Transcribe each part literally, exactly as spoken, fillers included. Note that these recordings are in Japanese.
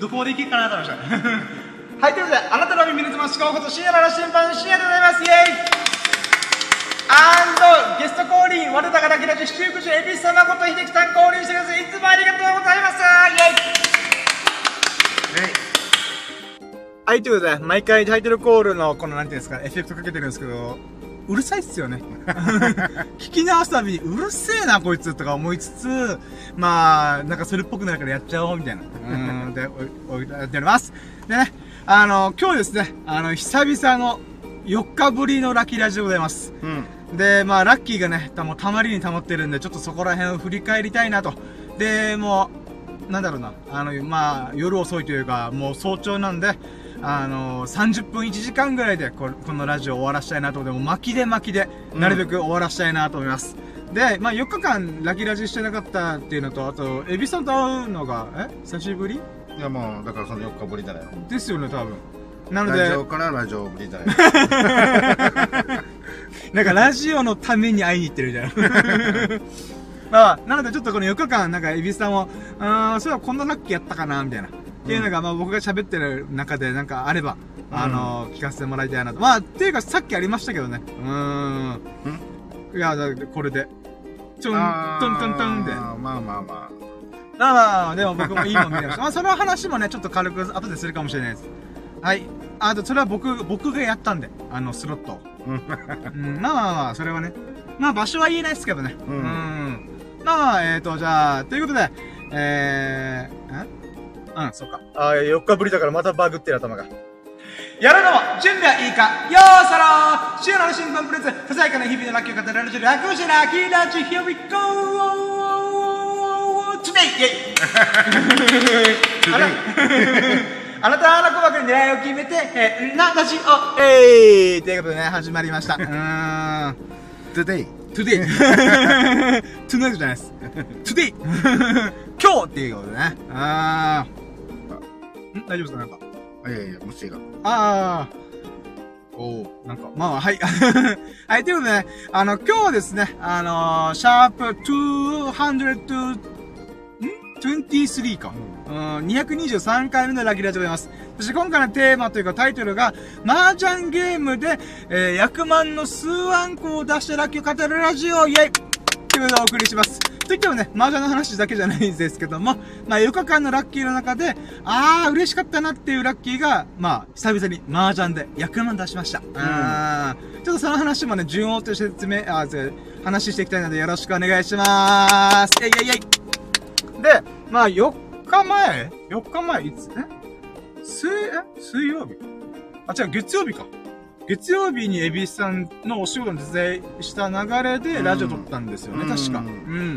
どこまでいけるかなと思いましたはい、ということで、あなたの耳のつま思考こと深夜の審判深夜でございます。イエイアンドゲスト降臨、我らがラキラジ七福神恵比寿様こと秀樹さん降臨してください。いつもありがとうございます。イエイはい、ということで、毎回タイトルコールのこのなんていうんですか、エフェクトかけてるんですけど、うるさいっすよね。聞き直すたびにうるせえなこいつとか思いつつ、まあ、なんかそれっぽくなるからやっちゃおうみたいな。うん、で、お、お、やっております。でね、あの、今日ですね、あの、久々のよっかぶりのラッキーラジでございます。うん。で、まあ、ラッキーがね、もうたまりにたまってるんで、ちょっとそこら辺を振り返りたいなと。で、もう、なんだろうな、あの、まあ、夜遅いというか、もう早朝なんで、あのー、さんじゅっぷんいちじかんぐらいでこ、このラジオを終わらしたいなと。でも巻きで巻きで、なるべく終わらしたいなと思います。うん、で、まあ、よっかかんラッキーラジしてなかったっていうのと、あと、エビさんと会うのが、え久しぶり？ いや、もう、だからそのよっかぶりだよ。 ですよね、多分。なので。 ラジオからラジオぶりだよ。 なんかラジオのために会いに行ってるみたいな。まあ、なのでちょっとこのよっかかん、なんかエビさんも、あー、そういえばこんなラッキーやったかなみたいな。っていうのが、まあ僕が喋ってる中でなんかあれば、うん、あのー、聞かせてもらいたいなと。まあ、っていうかさっきありましたけどね。うーん。んいや、だこれで。ちょん、トントントンで。 まあまあまあ。まあまあ、でも僕もいいもん見てました。まあその話もね、ちょっと軽く後でするかもしれないです。はい。あと、それは僕、僕がやったんで、あの、スロットを。うん、まあまあまあ、それはね。まあ場所は言えないですけどね。うん。うんまあまあ、えーと、じゃあ、ということで、えー、んうん、そっか。あー、よっかぶりだからまたバグってる頭が。やるのも、準備はいいか、よーそろーシューの新聞プレゼン、ささやかな日々のラッキーを語られる楽しいラッキーラッチ、here we go! today! イェイあらあなたの鼓膜に狙いを決めて、えー、な、ラジオ、えーということでね、始まりました。うーん。 today today tonight じゃないです。today 今日っていうことでね。あー。ん大丈夫ですかなんか。 いやいや、虫が。 あー。おー、なんか、まあ、はい。はい、ということでね、あの、今日ですね、あのー、シャープにひゃく、ん ?にじゅうさんか。うん、にひゃくにじゅうさんかいめのラッキーラジオでございます。そして今回のテーマというかタイトルが、麻雀ゲームで、えー、役満の数案個を出してラッキーを語るラジオ、イェイということでお送りします。といってもね、麻雀の話だけじゃないんですけども、まあよっかかんのラッキーの中で、あー、嬉しかったなっていうラッキーが、まあ、久々に麻雀で役満出しました。うん。あーちょっとその話もね、順を追って説明、あー、話していきたいのでよろしくお願いしまーす。イェイイェイイェイで、まあよっかまえ ?よっかまえいつえ水、え水曜日あ、違う、月曜日か。月曜日にエビさんのお仕事の手伝いした流れでラジオ撮ったんですよね、うん、確か。うん。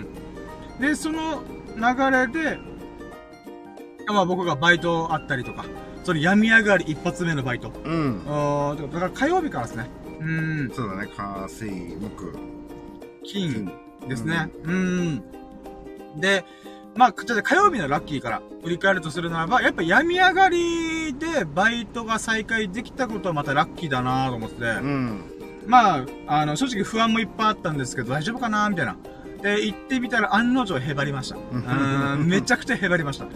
で、その流れで、まあ僕がバイトあったりとか、それ病み上がり一発目のバイト。うん。あだから火曜日からですね。うん。 そうだね、火、水、木、 金ですね。うん。で、まあ、じゃあ火曜日のラッキーから振り返るとするならば、やっぱ病み上がりでバイトが再開できたことはまたラッキーだなと思って、うん、まあ、あの、正直不安もいっぱいあったんですけど、大丈夫かなみたいな。で、行ってみたら案の定へばりました。うん、めちゃくちゃへばりました。うん、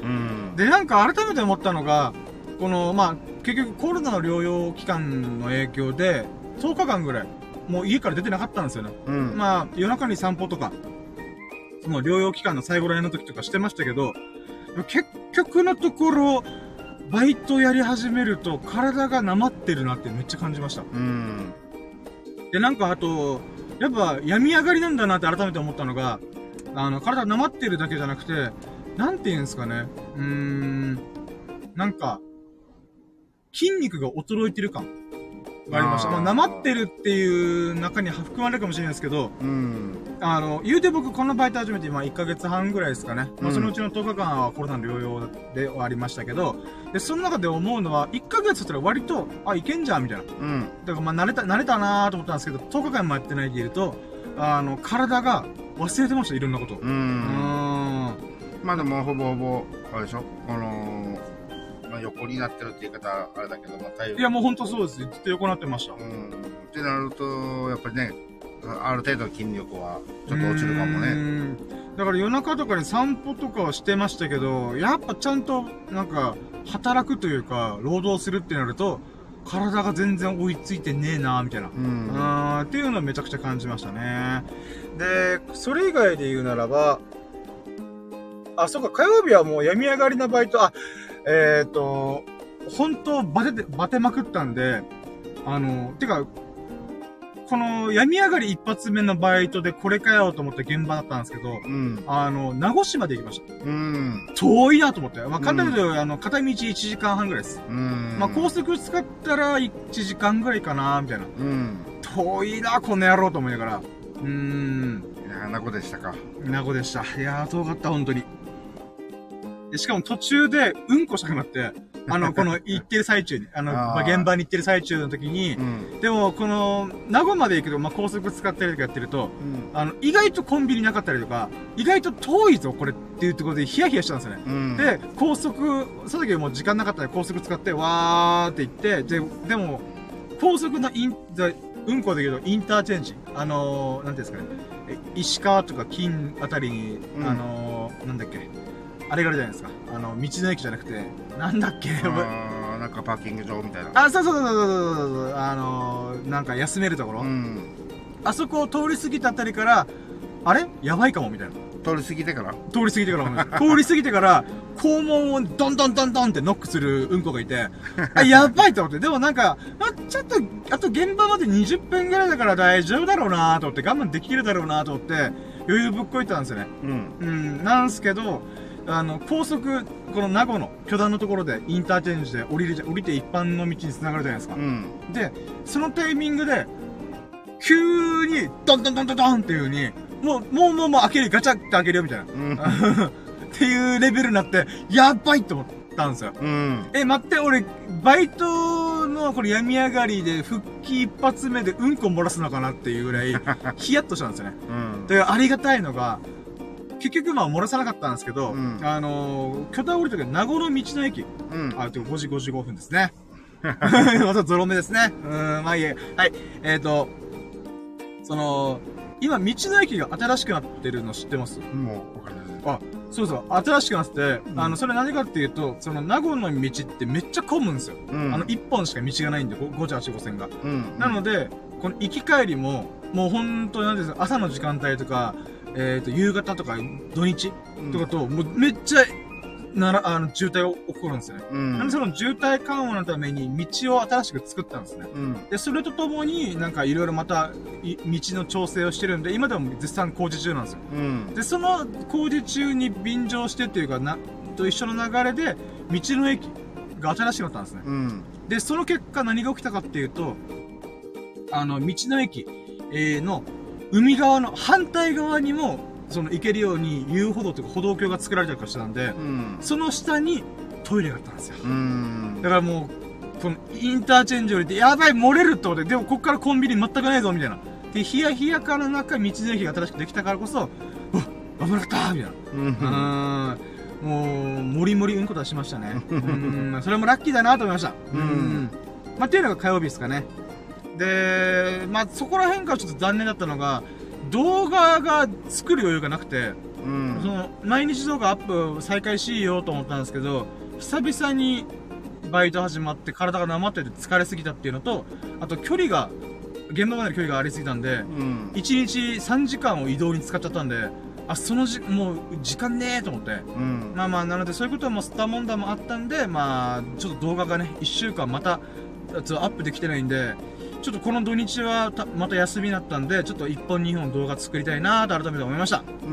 で、なんか改めて思ったのが、この、まあ、結局コロナの療養期間の影響で、とおかかんぐらい、もう家から出てなかったんですよね。うん、まあ、夜中に散歩とか、その療養期間の最後らへんの時とかしてましたけど、結局のところ、バイトやり始めると体がなまってるなってめっちゃ感じました。うん。で、なんかあと、やっぱ病み上がりなんだなって改めて思ったのが、あの、体なまってるだけじゃなくて、なんて言うんですかね。うーん。なんか、筋肉が衰えてる感がありました。まあ、なまってるっていう中に含まれるかもしれないですけど、うん。あの、言うて僕このバイト始めて今いっかげつはんぐらいですかね。うん、まあそのうちのとおかかんはコロナの療養ではありましたけど、で、その中で思うのは、いっかげつだったら割と、あ、いけんじゃんみたいな。うん。だからまあ慣れた、慣れたなーと思ったんですけど、とおかかんもやってないでいると、あの、体が忘れてました、いろんなこと。うん。うーん。 まあでもほぼほぼ、あれでしょあのー、まあ横になってるって言い方あれだけど、まあ体力。 いやもうほんとそうです。ずっと横になってました。うん。 ってなると、やっぱりね、ある程度の筋力はちょっと落ちるかもね。 だから夜中とかに散歩とかはしてましたけど、やっぱちゃんとなんか働くというか、労働するってなると、体が全然追いついてねえなーみたいな。うん。ーっていうのをめちゃくちゃ感じましたね。で、それ以外で言うならば、あ、そうか、火曜日はもう病み上がりなバイト、あ、えっと、本当バテて、バテまくったんで、あの、てか、この病み上がり一発目のバイトでこれかよと思った現場だったんですけど、うん、あの、名護市まで行きました。うん、遠いなと思って。まあ、簡単に言うと、うん、あの、片道いちじかんはんぐらいです。うん、まあ、高速使ったらいちじかんぐらいかなみたいな。うん、遠いな、この野郎と思いながら。うーん。 いやー、名護でしたか。 名護でした。いやー、遠かった、本当に。で、しかも途中でうんこしたくなって、あの、この行ってる最中に、あの、まあ、現場に行ってる最中の時に、うん、でも、この、名護まで行くと、まあ、高速使ったりとかやってると、うん、あの、意外とコンビニなかったりとか、意外と遠いぞ、これっていうところでヒヤヒヤしたんですよね。うん、で、高速、その時もう時間なかったら高速使って、わーって行って、で、でも、高速のイン、うんこで言うとインターチェンジ。あのー、なんていうんですかね。石川とか金あたりに、うん、あのー、なんだっけ。あれがあるじゃないですか。あの、道の駅じゃなくて、なんだっけ。 あー、なんかパーキング場みたいな。 あ、そうそうそうそうそうそう。あのー、なんか休めるところ。うん、あそこを通り過ぎたあたりから、あれやばいかもみたいな。 通り過ぎてから通り過ぎてから通り過ぎてから、肛門をドンドンドンドンってノックするうんこがいて、あ、やばいと思って。でもなんか、あ、ちょっと、あと現場までにじゅっぷんぐらいだから大丈夫だろうなと思って、我慢できるだろうなと思って、余裕ぶっこいたんですよね。うん。うん、なんすけど、あの、高速、この名護の巨大のところでインターチェンジで降りる、降りて一般の道に繋がるじゃないですか。うん。で、そのタイミングで、急に、ドンドンドンドンドンっていう風に、もう、もうもうもう開ける、ガチャって開けるよみたいな。うん、っていうレベルになって、やばいと思ったんですよ。うん、え、待って、俺、バイトのこれ病み上がりで復帰一発目でうんこ漏らすのかなっていうぐらい、ヒヤッとしたんですよね。うん、で、ありがたいのが、結局まあ漏らさなかったんですけど、うん、あのー、巨大降りた時名護の道の駅。うん、あ、てかごじごじゅうごふんですね。またゾロ目ですね。うん、まあいいえ。はい。えっ、ー、と、その、今、道の駅が新しくなってるの知ってます？もう、わかります。あ、そうそう、新しくなってて、うん、あの、それ何かっていうと、その、名護の道ってめっちゃ混むんですよ。うん、あの、一本しか道がないんで、ごじゅうはちごせんが。うん、なので、この行き帰りも、もう本当になんですか、朝の時間帯とか、えっと、夕方とか、土日とかと、もうめっちゃ、なら、あの、渋滞が起こるんですよね。うん。なのでその渋滞緩和のために道を新しく作ったんですね。うん。で、それとともになんかいろいろまた、道の調整をしてるんで、今でも絶賛工事中なんですよ。うん。で、その工事中に便乗してっていうか、な、と一緒の流れで、道の駅が新しくなったんですね。うん。で、その結果何が起きたかっていうと、あの、道の駅、えー、の、海側の反対側にも、その行けるように遊歩道というか歩道橋が作られたりとかしたんで、うん、その下にトイレがあったんですよ。うん、だからもう、このインターチェンジ降りて、やばい漏れるってことで、でもこっからコンビニ全くないぞ、みたいな。で、ヒヤヒヤ感の中、道の駅が新しくできたからこそ、うわ、危なかったみたいな。うん、うんもう、もりもりうんこ出しましたね。うん、それもラッキーだなと思いました。うん。まあ、っていうのが火曜日ですかね。で、まあ、そこら辺からちょっと残念だったのが、動画が作る余裕がなくて、うん、その、毎日動画アップ再開しようと思ったんですけど、久々にバイト始まって体がなまってて疲れすぎたっていうのと、あと距離が、現場までの距離がありすぎたんで、うん、いちにちさんじかんを移動に使っちゃったんで、あ、そのじ、もう、時間ねーと思って。うん、まあまあ、なのでそういうことも吸ったもんだもあったんで、まあ、ちょっと動画がね、いっしゅうかんまた、アップできてないんで、ちょっとこの土日はたまた休みだったんで、ちょっといっぽんにほん動画作りたいなーと改めて思いました。うん。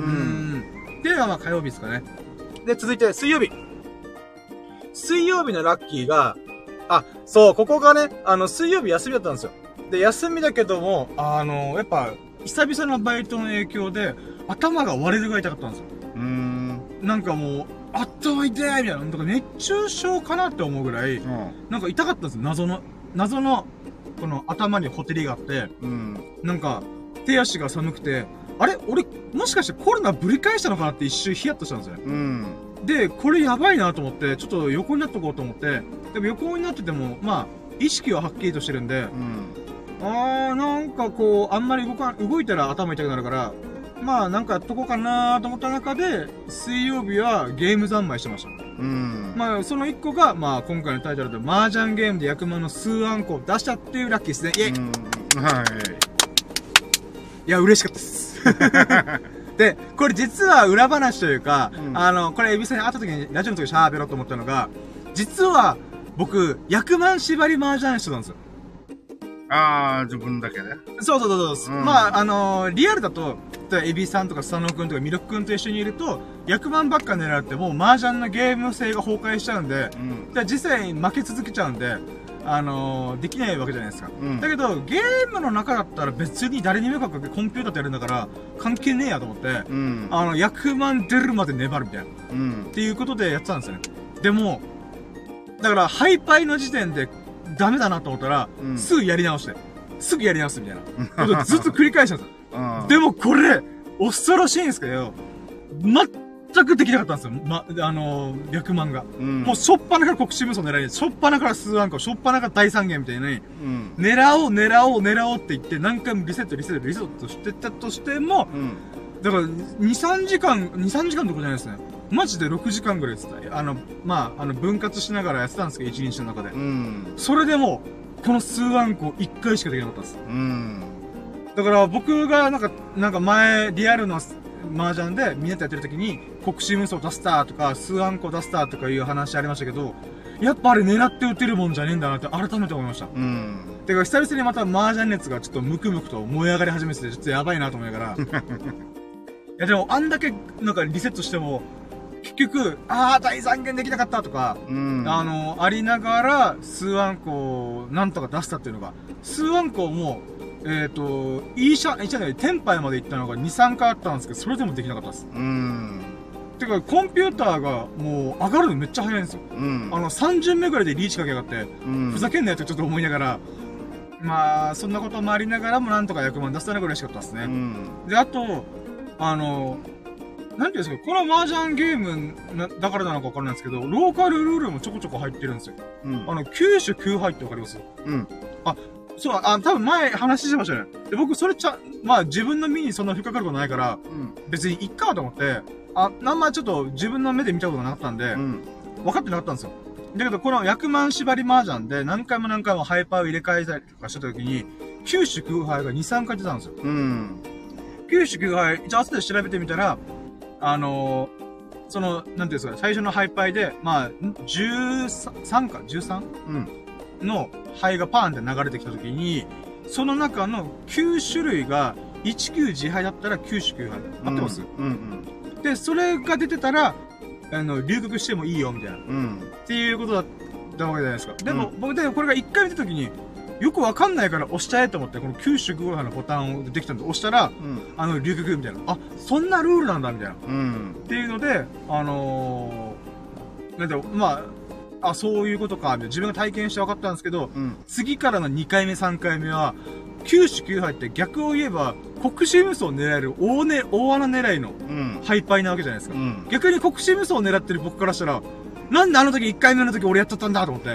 っていうのがまあ火曜日ですかね。で、続いて水曜日。水曜日のラッキーが、あ、そう、ここがね、あの、水曜日休みだったんですよ。で、休みだけども、あの、やっぱ、久々のバイトの影響で、頭が割れるぐらい痛かったんですよ。うーん。なんかもう、頭痛いみたいな、なんか熱中症かなって思うぐらい、うん、なんか痛かったんですよ。謎の、謎の、この頭にほてりがあって、うん、なんか、手足が寒くて、あれ俺、もしかしてコロナぶり返したのかなって一瞬ヒヤッとしたんですよ。うん、で、これやばいなと思って、ちょっと横になっとこうと思って、でも横になってても、まあ、意識ははっきりとしてるんで、うん、あー、なんかこう、あんまり動か、動いたら頭痛くなるから、まあ、なんかやっとこうかなと思った中で、水曜日はゲーム三昧してました。ううん。 まあ、その一個が、まあ、今回のタイトルで、麻雀ゲームで役満の数アンコを出したっていうラッキーですね。イェイ、 うん、はい。 いや、嬉しかったです。で、これ実は裏話というか、うん、あの、これ、エビさんに会った時に、ラジオの時に喋ろうと思ったのが、実は、僕、役満縛り麻雀してたんですよ。 あー、自分だけね。 そうそうそうそう、うん。まあ、あのー、リアルだと、エビさんとかスサノオくんとかミルクくんと一緒にいると、役満ばっか狙ってもう麻雀のゲーム性が崩壊しちゃうんで、うん、で実際負け続けちゃうんで、あのー、できないわけじゃないですか。うん、だけど、ゲームの中だったら別に誰に迷惑かけてコンピューターとやるんだから、関係ねえやと思って、うん、あの、役満出るまで粘るみたいな、うん。っていうことでやってたんですよね。でも、だから、ハイパイの時点でダメだなと思ったら、うん、すぐやり直して、すぐやり直すみたいな。ことをずっと繰り返したんですよ。でもこれ、恐ろしいんですけど、全くできなかったんですよ。ま、あのー、役満が。うん、もう、しょっぱなから国士無双狙い、しょっぱなから数アンコ、しょっぱなから大三元みたいに、うん、狙おう、狙おう、狙おうって言って、何回もリセット、リセット、リセットしてたとしても、うん、だから、に、さんじかん、に、さんじかんとかじゃないですね。マジでろくじかんぐらいやってた。あの、まあ、あの、分割しながらやってたんですけど、いちにちの中で。うん、それでも、この数アンコいっかいしかできなかったんです。うん、だから僕がなんか、なんか前、リアルの麻雀でみんなとやってる時に、国士無双出したとか、数アンコ出したとかいう話ありましたけど、やっぱあれ狙って打てるもんじゃねえんだなって改めて思いました。うん。てか久々にまた麻雀熱がちょっとムクムクと燃え上がり始めてて、ちょっとやばいなと思いながら。いやでもあんだけなんかリセットしても、結局、ああ、大残減できなかったとか、うん、あの、ありながら、数アンコをなんとか出したっていうのが、数アンコも、えっ、ー、と、いいシャン、いいシャンで、テンパイまで行ったのがに、さんかいあったんですけど、それでもできなかったです。うん。てか、コンピューターがもう上がるのめっちゃ早いんですよ。うん。あの、さん巡目ぐらいでリーチかけやがって、うん、ふざけんなよってちょっと思いながら、まあ、そんなこともありながらもなんとか役満出せたのが嬉しかったですね。うん。で、あと、あの、なんていうんですか、この麻雀ゲームなだからなのかわからないんですけど、ローカルルールもちょこちょこ入ってるんですよ。うん。あの、きゅう種きゅうはいってわかります？うん。あ、そう、あ、多分前話してましたね。で、僕それちゃ、まあ自分の身にそんな深かることないから、うん、別にいっかと思って、あ、あんまちょっと自分の目で見たことがなかったんで、うん、分かってなかったんですよ。だけどこの役満縛り麻雀で何回も何回もハイパーを入れ替えたりとかした時に、きゅう種きゅうはいがに、さんかい出たんですよ。うん。きゅう種きゅうはい、一応後で調べてみたら、あのー、その、なんていうんですか、最初のハイパイで、まあ、じゅうさんか ?じゅうさん? うん。の灰がパーンって流れてきたときに、その中のきゅう種類がいちきゅう自敗だったらきゅう種きゅうはい。合ってます？うん、うんうん。で、それが出てたら、あの、留学してもいいよ、みたいな。うん。っていうことだったわけじゃないですか。でも、うん、僕で、これがいっかい見たときに、よくわかんないから押しちゃえと思って、このきゅう種きゅうはいのボタンをできたんで押したら、うん、あの、留学みたいな。あ、そんなルールなんだ、みたいな。うん。っていうので、あのー、なんだろう、まあ、あ、そういうことか、みたいな。自分が体験して分かったんですけど、うん、次からのにかいめ、さんかいめは、きゅう種きゅうはいって逆を言えば、国士無双を狙える大ね、大穴狙いの、ハイパイなわけじゃないですか。うん、逆に国士無双を狙ってる僕からしたら、なんであの時いっかいめの時俺やっちゃったんだと思って。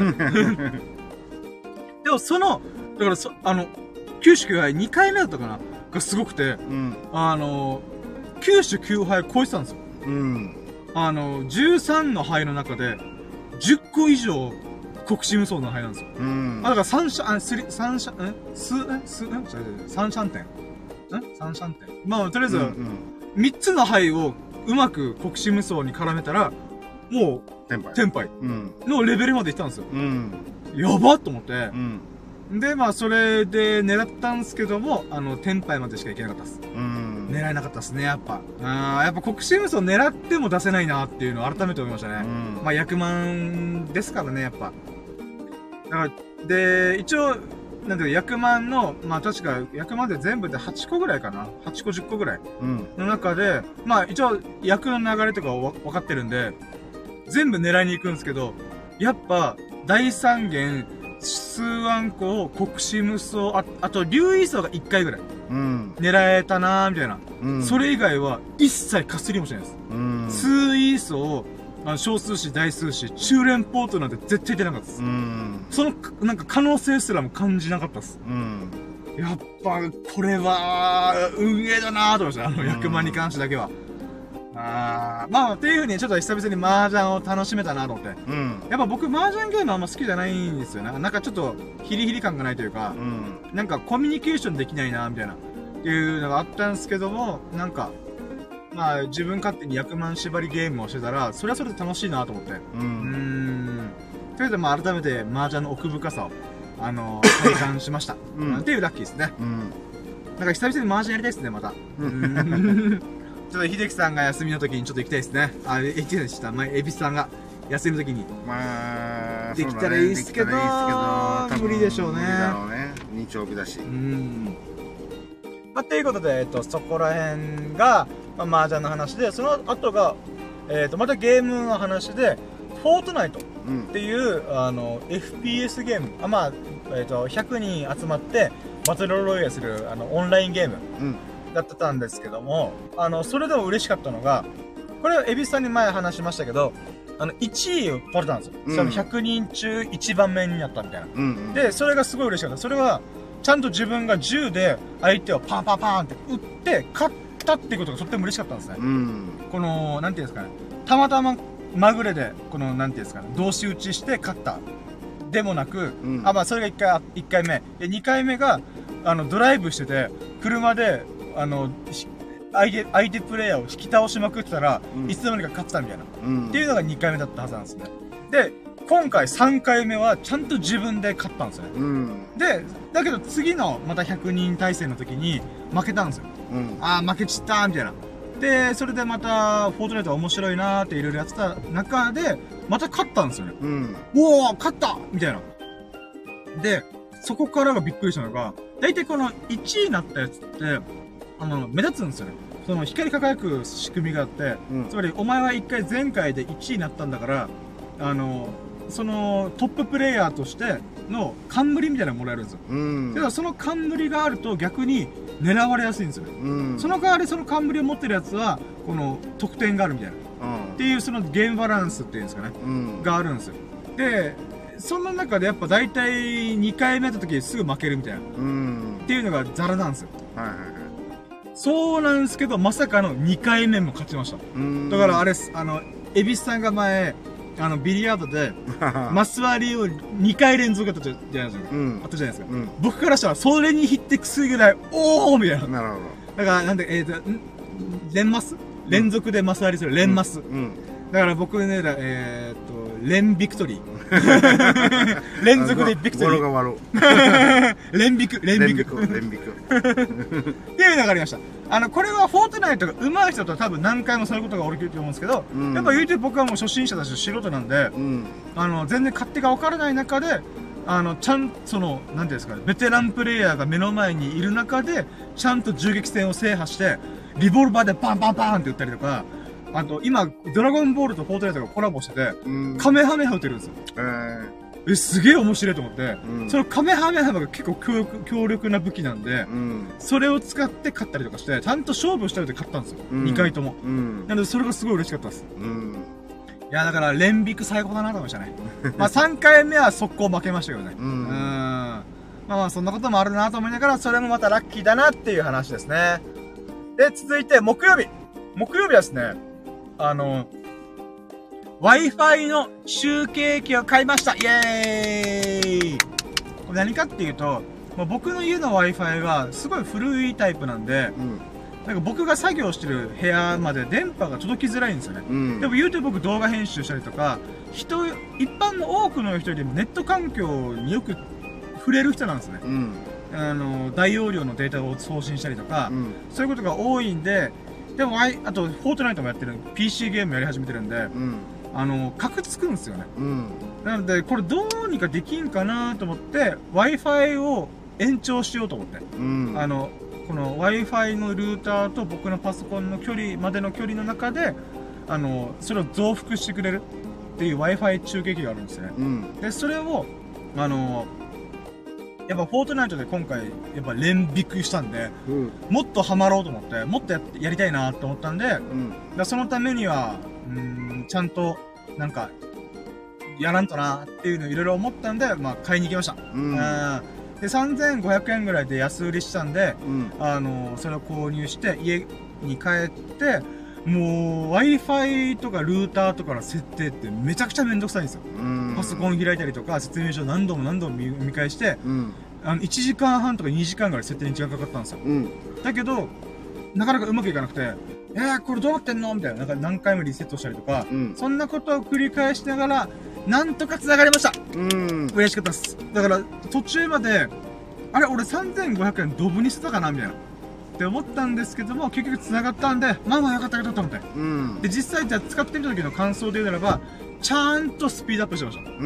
でもその、だからそ、あの、きゅう種きゅうはいにかいめだったかながすごくて、うん、あの、きゅう種きゅうはい超えてたんですよ。うん。あの、じゅうさんの牌の中で、じゅっこ以上、国士無双の牌なんですよ。うん。あ、だから三シャン、あ、スリ、三シャン、んす、んす、ん三シャン点。ん三シャン点。まあ、とりあえず、三、うん、つの牌をうまく国士無双に絡めたら、もう、天敗。天敗。うん。のレベルまで行ったんですよ。うん。やばっと思って。うん。で、まあ、それで狙ったんですけども、あの、天敗までしかいけなかったです。うん。狙えなかったですね、やっぱ。あー、やっぱ国士無双狙っても出せないなっていうのを改めて思いましたね。うん。まあ、役満ですからね、やっぱ。だから、で、一応、なんていうか、役満の、まあ確か、役満で全部ではちこぐらいかな ?はちこじゅっこぐらい。うん。の中で、まあ一応、役の流れとかわ分かってるんで、全部狙いに行くんですけど、やっぱ、大三元、数万個を国士無双、あ、あと、竜位層がいっかいぐらい。うん。狙えたなーみたいな。うん。それ以外は、一切かすりもしないです。うん。数位層、あの小数詞、大数詞、中連ポートなんて絶対出なかったです。うん。その、なんか可能性すらも感じなかったです。うん。やっぱ、これは、運営だなーと思いました。あの、役満に関してだけは。 あー、まあ、っていう風にちょっと久々に麻雀を楽しめたなと思って。 うん。 やっぱ僕麻雀ゲームあんま好きじゃないんですよね。なんかちょっとヒリヒリ感がないというか、 うん。 なんかコミュニケーションできないな、みたいな。っていうのがあったんですけども、なんか、まあ自分勝手に役満縛りゲームをしてたら、それはそれで楽しいなと思って。 ううーん。 ん。ということでまあ改めて麻雀の奥深さを、あの、体感しました。 うんっていうラッキーですね。 うん。 なんか久々に麻雀やりたいですね、また。 ううん。ちょっと秀樹さんが休みの時にちょっと行きたいですね。あ、え、行きたいでした。前、エビスさんが休みの時に。 まあ、 できたらいいっすけどそうだねできたらいいっすけど多分無理でしょうね無理だろうね。日曜日だし。 うーん。まあ、ということで、えっと、そこら辺が、まあ、麻雀の話で、その後が、えっと、またゲームの話で、フォートナイトっうん。 ていう、あの、エフピーエス ゲーム。あ、まあ、えっと、ひゃくにん集まって、バトルロイヤルする、あの、オンラインゲームうん。 だってたんですけども、あの、それでも嬉しかったのが、これはエビスさんに前話しましたけど、あの、いちいを取れたんですよ。 うんそのひゃくにん中いちばんめになったみたいな。 うん。 で、それがすごい嬉しかった。それは、ちゃんと自分が銃で相手をパンパンパンって撃って、勝ったっていうことがとっても嬉しかったんですね。 うん。 この、なんていうんですかね。たまたま、まぐれで、この、なんていうんですかね。同士打ちして勝った。でもなく、 うんあ、まあ、それがいっかい、いっかいめ。で、にかいめが、あの、ドライブしてて、車で、あの、し相手、相手プレイヤーを引き倒しまくってたら、 うんいつの間にか勝ってたみたいな。 うん。 っていうのがにかいめだったはずなんですね。で、今回さんかいめはちゃんと自分で勝ったんですよね。 うん。 で、だけど次のまたひゃくにん対戦の時に負けたんですよ。 うん。 あー負けちったーみたいな。で、それでまた、フォートナイト面白いなーっていろいろやってた中で、また勝ったんですよね。 うん。 おー勝ったみたいな。で、そこからがびっくりしたのが、だいたいこのいちいになったやつって、あの、目立つんですよね。その光り輝く仕組みがあって、 うんつまりお前はいっかい前回でいちいになったんだから、あの、そのトッププレイヤーとしての冠みたいなのもらえるんですよ。 うん。 だからその冠があると逆に狙われやすいんですよね。 うん。 その代わりその冠を持ってるやつは、この得点があるみたいな。っていうそのゲームバランスっていうんですかね。 うん。うん。 があるんですよ。で、その中でやっぱ大体にかいめやった時すぐ負けるみたいな。っうん。 ていうのがザラなんですよ。 はいはいはい。 そうなんですけど、まさかのにかいめも勝ちました。 うん。 だからあれです、あの、エビスさんが前、あの、ビリヤードで、マス割りをにかい連続やったじゃないですか。 うんあったじゃないですか。 うん。 僕からしたら、それに匹敵するぐらい、おーみたいな。 なるほど。 だから、なんで、えーと、ん連マス連続でマス割りする。連マス。 うん。 だから僕ね、えーと、連ビクトリー。連続でビクトリー。 語呂が悪。 連ビク、連ビク。 連ビク。 っていうのがありました。あの、これはフォートナイトが上手い人とは多分何回もそういうことが起きると思うんですけど、 うんやっぱ言うて僕はもう初心者だし素人なんで、 うん。 あの、全然勝手が分からない中で、あの、ちゃん、その、なんていうんですかね、ベテランプレイヤーが目の前にいる中で、ちゃんと銃撃戦を制覇して、リボルバーでパンパンパンって撃ったりとか、あと、今、ドラゴンボールとフォートナイトがコラボしてて、 うん。 カメハメハ撃てるんですよ。 えー。 え、すげえ面白いと思って、 うんそのカメハメハが結構強力強力な武器なんで、 うん。 それを使って勝ったりとかして、ちゃんと勝負した上で勝ったんですよ。 うんにかいとも。 うん。 なので、それがすごい嬉しかったです。 うん。 いや、だから、連ビク最高だなと思いましたね。まあ、さんかいめは速攻負けましたけどね。 ううんん。まあまあ、そんなこともあるなと思いながら、それもまたラッキーだなっていう話ですね。で、続いて、木曜日。木曜日はですね、あの、Wi-Fi の集計機を買いましたイエーイこれ何かっていうと、まあ、僕の家の Wi-Fi がすごい古いタイプなんで、 うん。 なんか僕が作業してる部屋まで電波が届きづらいんですよね。 うん。 でも言うて僕動画編集したりとか、人、一般の多くの人よりもネット環境によく触れる人なんですね。 うん。 あの、大容量のデータを送信したりとか、 うん。 そういうことが多いんで、でも、あいあと、フォートナイトもやってる、ピーシー ゲームやり始めてるんで、 うん。 あの、格つくんですよね。 うん。 なので、これどうにかできんかなと思って、Wi-Fi を延長しようと思って。 うん。 あの、この Wi-Fi のルーターと僕のパソコンの距離までの距離の中で、あの、それを増幅してくれるっていう Wi-Fi 中継機があるんですよね。 うん。 で、それを、あの、やっぱフォートナイトで今回、やっぱ連ビクしたんで、 うん。 もっとハマろうと思って、もっとやってやりたいなと思ったんで、だかうん。 らそのためには、うーん、ちゃんと、なんか、やらんとなっていうのをいろいろ思ったんで、まあ、買いに行きました。 うん。 うんで、さんぜんごひゃくえんぐらいで安売りしたんで、 うん。 あの、それを購入して、家に帰って、 もう、Wi-Fi とかルーターとかの設定ってめちゃくちゃめんどくさいんですよ。パソコン開いたりとか、説明書何度も何度も見見返して、うん、あの、いちじかんはんとかにじかんぐらい設定に時間かかったんですよ。うん、だけど、なかなかうまくいかなくて、えー、これどうなってんのみたいな、なんか何回もリセットしたりとか、うん、そんなことを繰り返しながら、なんとか繋がりました。うん。嬉しかったです。だから、途中まで、あれ、俺さんぜんごひゃくえんドブにしてたかなみたいな。って思ったんですけども、結局繋がったんで、まあまあよかったよかったと思って。うん。で、実際じゃあ使ってみた時の感想で言うならば、ちゃんとスピードアップしてました。うん。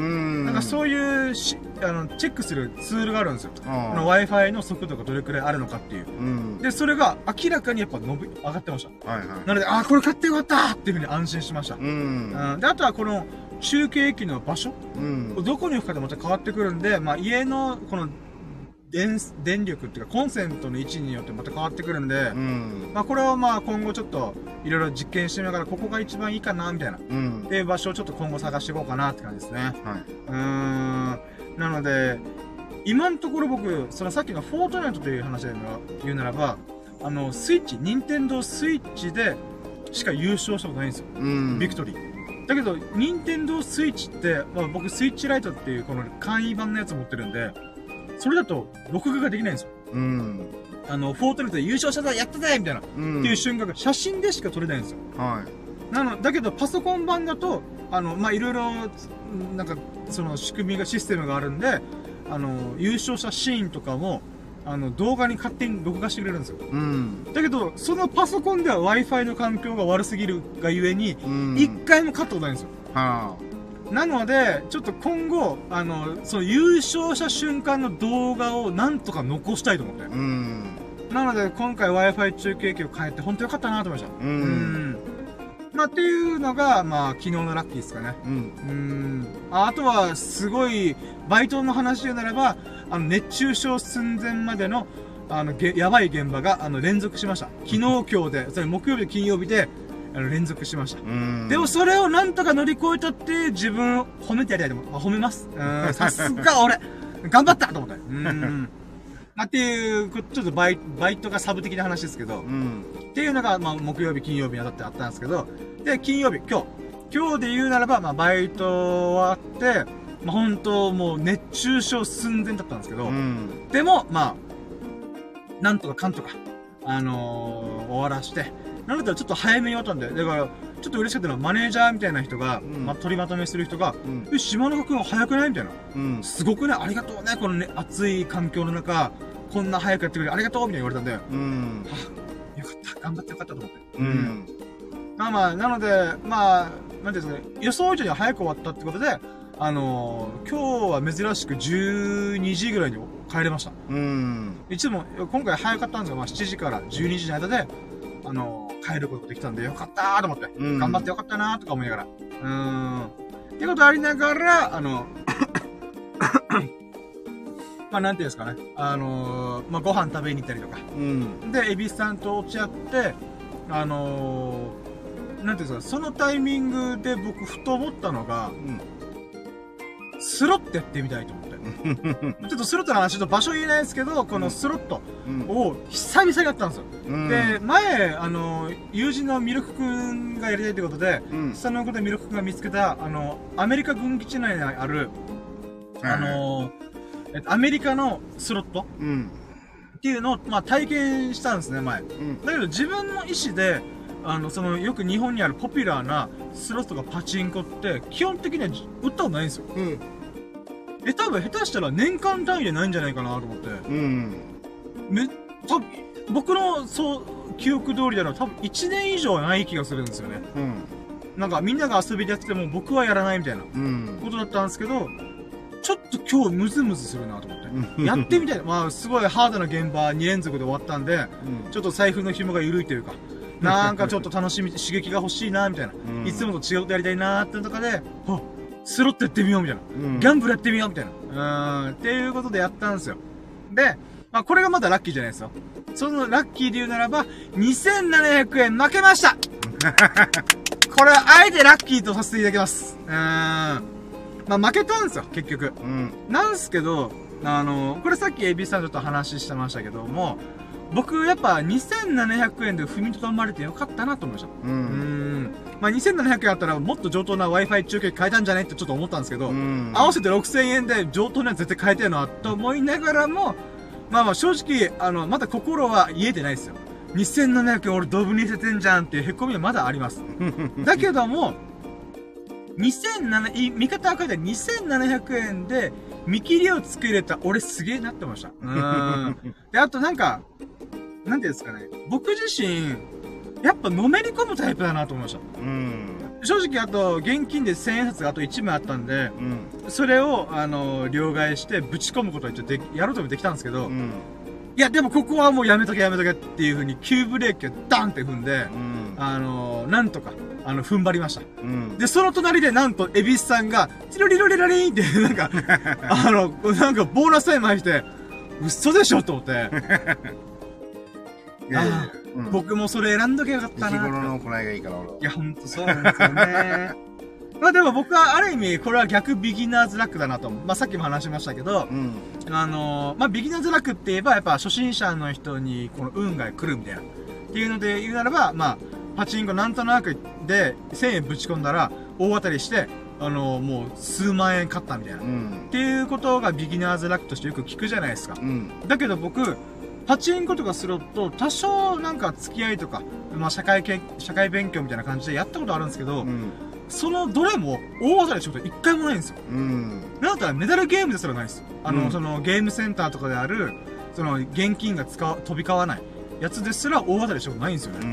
なんかそういうし、あの、チェックするツールがあるんですよ。この Wi-Fi の速度がどれくらいあるのかっていう。うん。で、それが明らかにやっぱ伸び、上がってました。はいはい。なので、あ、これ買ってよかったっていうふうに安心しました。うん。うん。で、あとはこの、中継機の場所、うん、どこに置くかでまた変わってくるんで、まあ家のこの電、電力っていうかコンセントの位置によってまた変わってくるんで、うん、まあこれをまあ今後ちょっといろいろ実験してみながらここが一番いいかなみたいな、うん、っていう場所をちょっと今後探していこうかなって感じですね。はい、うーん。なので、今のところ僕、そのさっきのフォートナイトという話で言うならば、あの、スイッチ、任天堂スイッチでしか優勝したことないんですよ。うん、ビクトリー。だけど、任天堂スイッチって、まあ、僕スイッチライトっていうこの簡易版のやつ持ってるんで、それだと録画ができないんですよ。うん。あの、フォートナイトで優勝したぞやったぜみたいな、うん。っていう瞬間が写真でしか撮れないんですよ。はい。なの、だけどパソコン版だと、あの、まあ、いろいろ、なんか、その仕組みが、システムがあるんで、あの、優勝したシーンとかも、あの、動画に勝手に録画してくれるんですよ。うん。だけど、そのパソコンでは Wi-Fi の環境が悪すぎるがゆえに、一回もカットないんですよ。はあ。なので、ちょっと今後、あの、その優勝した瞬間の動画をなんとか残したいと思って。うん。なので、今回 Wi-Fi 中継機を変えて、本当よかったなと思いました。うん。うんまあ、っていうのが、まあ、昨日のラッキーですかね。うん。うん。あ、あとは、すごい、バイトの話で言うならば、あの、熱中症寸前までの、あの、げ、やばい現場が、あの、連続しました。昨日、今日で、それ木曜日で金曜日で、あの、連続しました。うん。でも、それをなんとか乗り越えたって、自分を褒めてやりたいと思う。あ、褒めます。うん。さすが俺頑張ったと思った。うん。まあ、っていう、ちょっとバイ、バイトがサブ的な話ですけど、うん。っていうのが、まあ、木曜日、金曜日にあたってあったんですけど、で、金曜日、今日。今日で言うならば、まあ、バイト終わって、まあ、本当もう熱中症寸前だったんですけど、うん、でも、まあ、なんとかかんとか、あのー、終わらして、なのでちょっと早めに終わったんで、だから、ちょっと嬉しかったのは、マネージャーみたいな人が、うん、まあ、取りまとめする人が、うん、え、島中くん早くないみたいな、うん。すごくね、ありがとうね、このね、暑い環境の中、こんな早くやってくれてありがとうみたいに言われたんで、うん、はあ、よかった、頑張ってよかったと思って。うん。まあまあ、なので、まあ、なんていうんですかね、予想以上に早く終わったってことで、あのー、今日は珍しくじゅうにじぐらいに帰れました。うん。いつも、今回早かったんですが、まあしちじからじゅうにじの間で、あのー、帰ることができたんでよかったーと思って、うん、頑張ってよかったなーとか思いながら。うーん。ってことありながら、あの、まあなんていうんですかね、あのー、まあご飯食べに行ったりとか。うん。で、エビスさんと落ち合って、あのー、なんていうんですか、そのタイミングで僕ふと思ったのが、うんスロットやってみたいと思って。ちょっとスロットの話、ちょっと場所言えないですけど、このスロットを久々にやったんですよ。うん、で、前、あの、友人のミルクくんがやりたいということで、うん、下の子でミルクくんが見つけた、あの、アメリカ軍基地内にある、あの、えっと、アメリカのスロット、うん、っていうのを、まあ、体験したんですね、前。うん、だけど自分の意思で、あの、その、よく日本にあるポピュラーなスロットがパチンコって、基本的には売ったことないんですよ。うん。え、多分下手したら年間単位でないんじゃないかなと思って。うん。め、たぶん、僕の、そう、記憶通りだら多分いちねん以上はない気がするんですよね。うん。なんかみんなが遊びでやってても僕はやらないみたいな、うん。ことだったんですけど、ちょっと今日ムズムズするなと思って。やってみたい。まあ、すごいハードな現場に連続で終わったんで、うん、ちょっと財布の紐が緩いというか、なんかちょっと楽しみ、刺激が欲しいなみたいな、うん。いつもと違うことやりたいなーってのとかで、はスロットやってみようみたいな、うん。ギャンブルやってみようみたいな。うーん。っていうことでやったんですよ。で、まあこれがまだラッキーじゃないですよ。そのラッキーで言うならば、にせんななひゃくえん負けましたこれはあえてラッキーとさせていただきます。うーん。まあ負けたんですよ、結局。うん。なんすけど、あの、これさっきエビさんちょっと話してましたけども、 僕やっぱにせんななひゃくえんで踏みとどまれてよかったなと思いました。うん。うんまあにせんななひゃくえんあったらもっと上等な Wi-Fi 中継買えたんじゃないってちょっと思ったんですけど、うん、合わせてろくせんえんで上等なやつ絶対買えてるなと思いながらも、まあまあ正直、あの、まだ心は癒えてないですよ。にせんななひゃくえん俺ドブにせてんじゃんっていう凹みはまだあります。だけども、にせんななひゃくえん、見方は書いたらにせんななひゃくえんで見切りを作れた俺すげえなってました。うーん。で、あとなんか、なんていうんですかね。僕自身、やっぱのめり込むタイプだなと思いました。うん。正直あと、現金でせんえん札があといちまいあったんで、うん、それを、あの、両替してぶち込むことは一応でやろうともできたんですけど、うん、いや、でもここはもうやめとけやめとけっていう風に急ブレーキをダンって踏んで、うん、あの、なんとか、あの、踏ん張りました。うん、で、その隣でなんと、エビスさんが、チロリロリロリーンって、なんか、あの、なんかボーナスタイム入って、嘘でしょと思って。いやいやうん、僕もそれ選んどけよかったな。 日頃の行いがいいから俺は。 いや、ほんとそうなんですよね。まあでも僕はある意味、これは逆ビギナーズラックだなと。まあさっきも話しましたけど、うん、あのー、まあビギナーズラックって言えば、やっぱ初心者の人にこの運が来るみたいな。っていうので言うならば、まあ、パチンコなんとなくでせんえんぶち込んだら、大当たりして、あのー、もう数万円買ったみたいな、うん。っていうことがビギナーズラックとしてよく聞くじゃないですか。うん、だけど僕、パチンコとかスロット、多少なんか付き合いとか、まあ社会系、社会勉強みたいな感じでやったことあるんですけど、うん、そのどれも大当たりしたこと一回もないんですよ。うん。なんだったらメダルゲームですらないですよ。あの、うん、そのゲームセンターとかである、その現金が使う、飛び交わないやつですら大当たりしたことないんですよね。うん。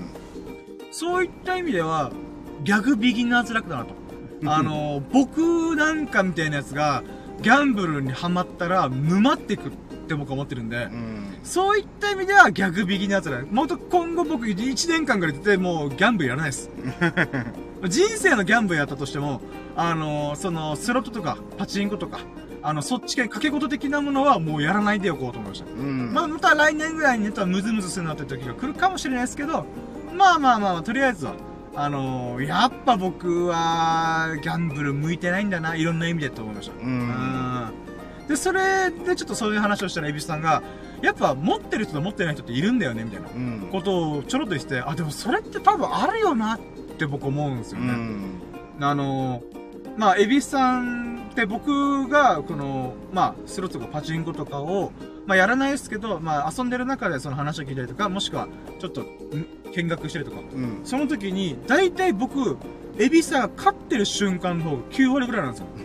そういった意味では、逆ビギナーズラックだなと。あの、僕なんかみたいなやつが、ギャンブルにハマったら、沼ってくって僕は思ってるんで、うん、そういった意味では逆ビギナーズラック。もっと今後僕いちねんかんぐらい出て、もうギャンブルやらないです。人生のギャンブルやったとしても、あの、その、スロットとか、パチンコとか、あの、そっち系、掛け事的なものはもうやらないでおこうと思いました。うん、まあ、また来年ぐらいにネタムズムズするなって時が来るかもしれないですけど、まあまあまあ、とりあえずは、あのー、やっぱ僕は、ギャンブル向いてないんだな、いろんな意味でと思いました。うん。で、それでちょっとそういう話をしたら、エビスさんが、やっぱ持ってる人と持ってない人っているんだよね、みたいなことをちょろっと言ってて、あ、でもそれって多分あるよなって僕思うんですよね。うん、あのー、まあ、エビスさんって僕が、この、まあ、スロットとかパチンコとかを、まあ、やらないですけど、まあ、遊んでる中でその話を聞いたりとか、もしくは、ちょっと、見学してるとか、うん、その時に、大体僕、エビスさんが勝ってる瞬間の方がきゅうわりぐらいなんですよ。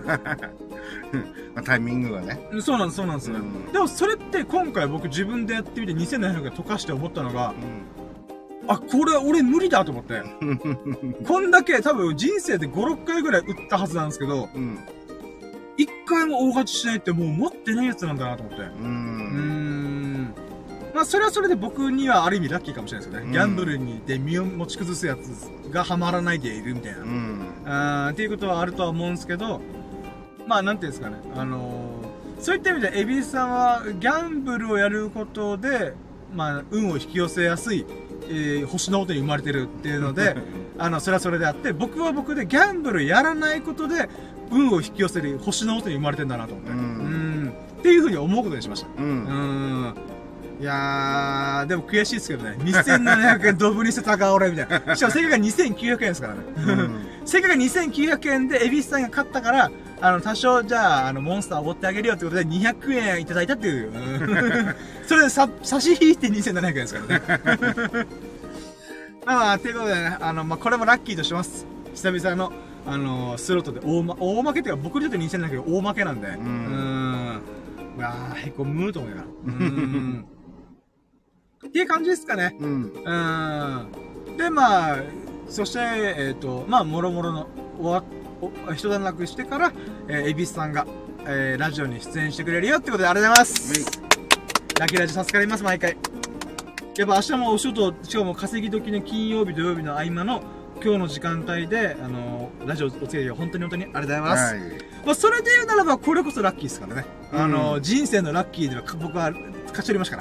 タイミングがね。 そうなんです、そうなんですよ、うん。でもそれって今回僕自分でやってみてにせんななひゃくえん溶かして思ったのが、うん、あ、これ俺無理だと思って。こんだけ多分人生でご、ろっかいぐらい打ったはずなんですけど、うん、いっかいも大勝ちしないってもう持ってないやつなんだなと思って。うーん。まあそれはそれで僕にはある意味ラッキーかもしれないですよね。ギャンブルにで身を持ち崩すやつがハマらないでいるみたいな。うん。あーっていうことはあるとは思うんですけど、まあなんていうんですかね。あのー、そういった意味でエビさんはギャンブルをやることで、まあ運を引き寄せやすい、えー、星の音に生まれてるっていうので、あの、それはそれであって、僕は僕でギャンブルやらないことで、運を引き寄せる星の音に生まれてんだなと思って。うん。うんっていう風に思うことにしました。うん。うんいやー、でも悔しいですけどね。にせんななひゃくえんドブにしてたか俺みたいな。しかも正解がにせんきゅうひゃくえんですからね。うん、正解がにせんきゅうひゃくえんで、エビスさんが勝ったから、あの、多少、じゃあ、あの、モンスターをおごってあげるよってことでにひゃくえんいただいたっていう。それでさ、差し引いてにせんななひゃくえんですからね。まあまあ、ということでね、あの、まあ、これもラッキーとします。久々の、あのー、スロットで大ま、大負けっていうか、僕にとってにせんななひゃくえん大負けなんで、うーん。うわー、へこむと思いながら。うーん。っていう感じですかね。うん。うーん。で、まあ、そして、えっと、まあ、もろもろの、おわ、お、一段落してから、えー、エビスさんが、えー、ラジオに出演してくれるよってことで、ありがとうございます。ラッキーラジオ助かります、毎回。やっぱ明日もお仕事、しかも稼ぎ時の金曜日、土曜日の合間の、今日の時間帯で、あのー、ラジオお付き合いを本当に本当にありがとうございます。はい、まあ、それで言うならば、これこそラッキーですからね。うん、あのー、人生のラッキーでは僕は勝ち取りましたから。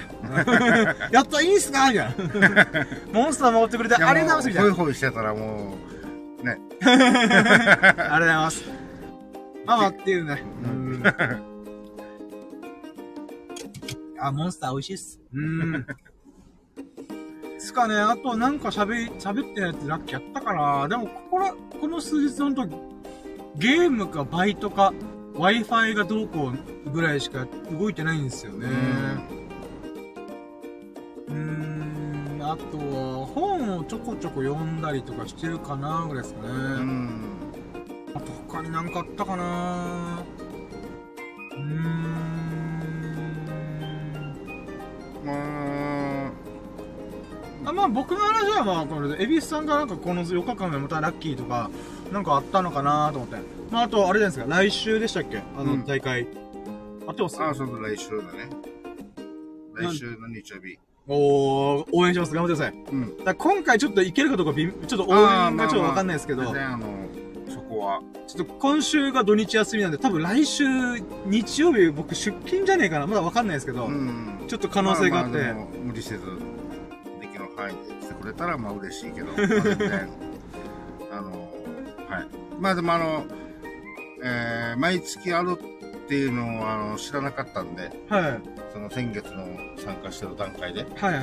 やったいいっすかみたいな。モンスター守ってくれてありがとうございますみたいな。 ホイホイしてたらもう、ね。 ありがとうございます。まあまあっていうね。うんああ、モンスター美味しいっす。うーん。つかね、あとなんか喋り、喋ってないやつラッキーやったかな。でも、ここら、この数日ほんと、ゲームかバイトか、Wi-Fi がどうこうぐらいしか動いてないんですよね。うーん、あとは、本をちょこちょこ読んだりとかしてるかなぐらいですかね。うん。あと他になんかあったかな。うーん。まあ、あまあ僕の話はまあ、これで、エビスさんがなんかこのよっかかんがまたラッキーとか、なんかあったのかなと思って。まああと、あれじゃないですか、来週でしたっけあの大会。あってます？ ああ、そうそう、来週だね。来週の日曜日。 おー、応援します。頑張ってください。うん。だ今回ちょっといけるかどうかび、ちょっと応援がちょっとわかんないですけど。 全然あの、そこは。 ちょっと今週が土日休みなんで、多分来週日曜日僕出勤じゃねえかな。まだわかんないですけど。うん。ちょっと可能性があって。まあまあ無理せず、できる範囲で来てくれたらまあ嬉しいけど。まあ、全然あの、はい。まあでもあの、えー、毎月あるっていうのをあの知らなかったんで。はい。その先月の参加してる段階で。はいはい。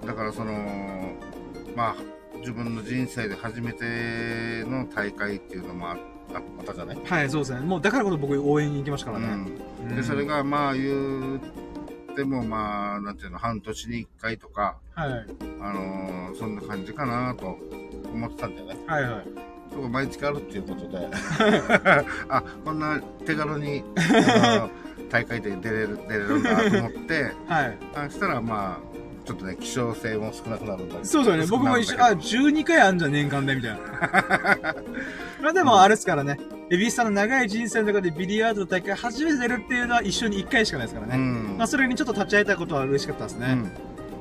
だからその、まあ、自分の人生で初めての大会っていうのもあったじゃない？ はい、そうですね。もうだからこそ僕応援に行きましたからね。 うん、で、それがまあ言ってもまあ、なんていうの、半年に一回とか、はい。あのー、そんな感じかなと思ってたんだよね。はいはい。そこ毎月あるっていうことで、あ、こんな手軽に、大会で出れる、出れるんだと思って、はい。あしたらまあ、ちょっとね、希少性も少なくなるんだけど。 そうそうね、僕も一緒、あ、じゅうにかいあんじゃん、年間で、みたいな。まあでも、あれですからね、エビスさんの長い人生の中でビリヤードの大会初めて出るっていうのは一緒にいっかいしかないですからね。うん。まあそれにちょっと立ち会えたことは嬉しかったですね。うん。うん。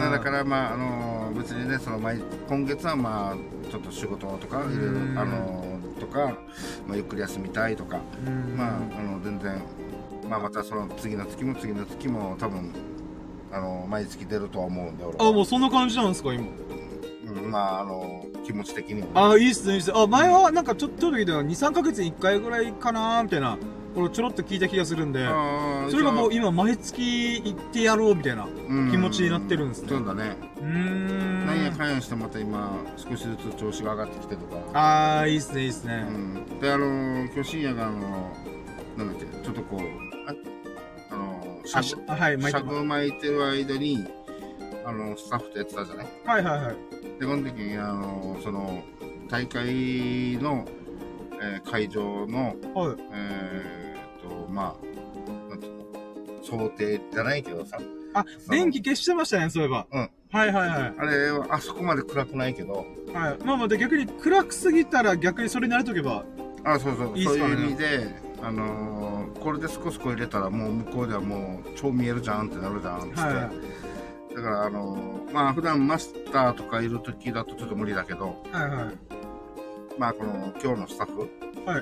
だから、まあ、あのー、別にね、その毎、今月はまあ、ちょっと仕事とか、いろいろ、あのー、とか、まあ、ゆっくり休みたいとか、まあ、あの、全然、まあまたその次の月も次の月も多分あの毎月出るとは思うんで俺は。あ、もうそんな感じなんですか今。 うん、まああの気持ち的にも、ね。 あ、いいっすねいいっすね。あ、前はなんかちょっと聞いたらに、さんかげつにいっかいぐらいかなーみたいな、これちょろっと聞いた気がするんで、それがもう今毎月行ってやろうみたいな気持ちになってるんですね。 そうだね。うーん。なんやかんやしてまた今少しずつ調子が上がってきてとか。 ああ、いいっすねいいっすね。 うん。であの今日深夜があのなんだっけちょっとこう。あの、シャグ、はい、シャグ巻いてる間に、あの、スタッフとやってたじゃない？はいはいはい。で、この時に、あの、その、大会の、えー、会場の、はい、えー、っと、まあ、なんていうの、想定じゃないけどさ。 あ、電気消してましたね、そういえば。うん。はいはいはい。 あれは、あそこまで暗くないけど。 はい。まあまあ、で逆に暗くすぎたら逆にそれに慣れとけば。 あ、そうそう。いいっすかね。そういう意味で、あのー、これで少しこ入れたらもう向こうではもう超見えるじゃんってなるじゃんって、はい、だからあのー、まあ普段マスターとかいる時だとちょっと無理だけど、はいはい、まあこの今日のスタッフ、はい、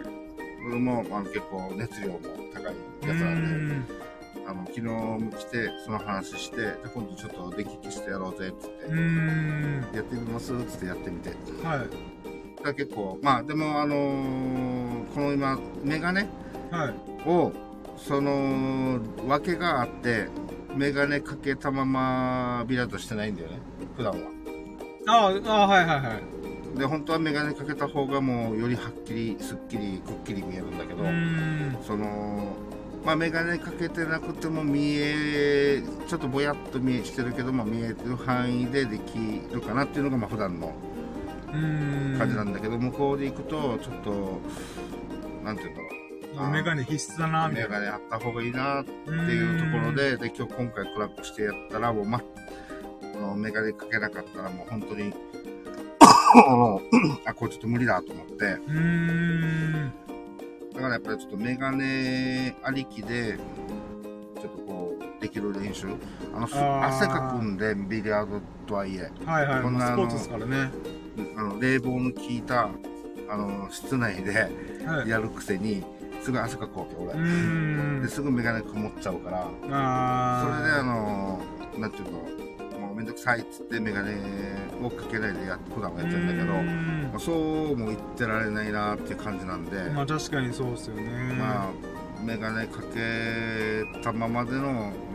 もあの結構熱量も高いやつなんで、あの昨日来てその話してで今度ちょっと出聞きしてやろうぜっつってやってみますっつってやってみて、はい、だ結構まあでもあのー、この今メガネはい、をその訳があってメガネかけたままビラードしてないんだよね普段は。 ああ、はいはいはい。 で本当はメガネかけた方がもうよりはっきりすっきりくっきり見えるんだけど、そのまあメガネかけてなくても見えちょっとぼやっと見えしてるけども見える範囲でできるかなっていうのがまあ普段の感じなんだけど、向こうで行くとちょっとなんていうんだろう。 メガネ必須だなみたいな。 メガネあった方がいいなっていうところで、で、今日今回暗くしてやったら、もう、ま、あのメガネかけなかったらもう本当に、あ、これちょっと無理だと思って。うーん。だからやっぱりちょっとメガネありきで、ちょっとこう、できる練習。あの、あ汗かくんで、ビリヤードとはいえ。 はいはい。こんなスポーツですからね。 あの、冷房の効いた、あの、室内でやるくせに、はいすぐ汗かくわけ俺ですぐメガネ曇っちゃうからあそれであのなんていうのもうめんどくさいっつってメガネをかけないでや普段はやってるんだけど、まあ、そうも言ってられないなっていう感じなんでまあ確かにそうですよねまあメガネかけたままでの、う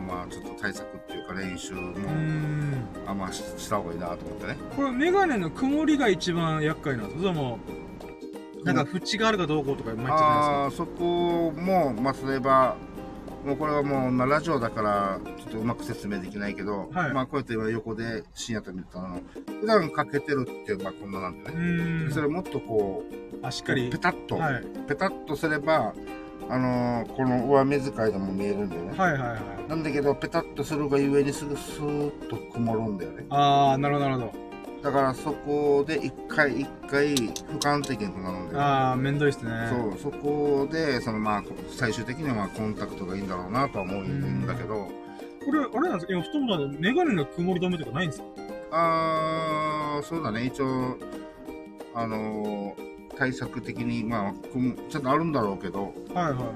まあちょっと対策っていうか練習もあんましした方がいいなと思ってね。 これメガネの曇りが一番厄介なんですか？それともなんか縁があるかどうかとか言っちゃないですか？ ああ、そこもまあ例えばもうこれはもう、まあ、ラジオだからちょっとうまく説明できないけど、はい、まあこうやって今横で深夜と見てたの普段かけてるってまあこんななんでね。それもっとこうあしっかりペタッと、はい、ペタッとすればあのー、この上目遣いでも見えるんだよね。 はいはいはい。 なんだけどペタッとするがゆえにすぐスーッと曇るんだよね。 ああ、なるほどなるほど。 だからそこで一回一回俯瞰的になるんだよね。 ああ、めんどいっすね。 そう、そこでそのまあ最終的にはまあコンタクトがいいんだろうなとは思うんだけど。 これあれなんですか？今太ももでメガネの曇り止めとかないんですか？ ああ、そうだね。一応あのー。対策的にまあちょっとあるんだろうけど、 はいはい。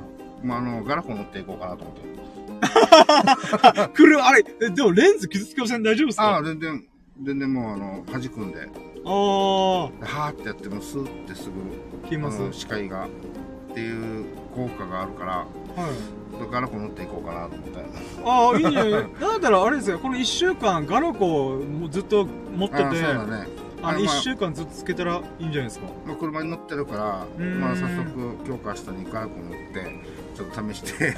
まああのガラコ乗っていこうかなと思って。 来るあれでもレンズ傷つきません？大丈夫ですか？ ああ全然全然もうあの弾くんで。 ああ。 はーってやってもスーってすぐ消えます。 視界がっていう効果があるから、はい。ガラコ乗っていこうかなと思って。 ああいいんじゃない？だったらあれですよ。このいっしゅうかんガラコをずっと持ってて。 あそうだね。 あのいっしゅうかんずっとつけたらいいんじゃないですか？ まあ、車に乗ってるから、まあ、早速今日か明日にガラコ乗ってちょっと試して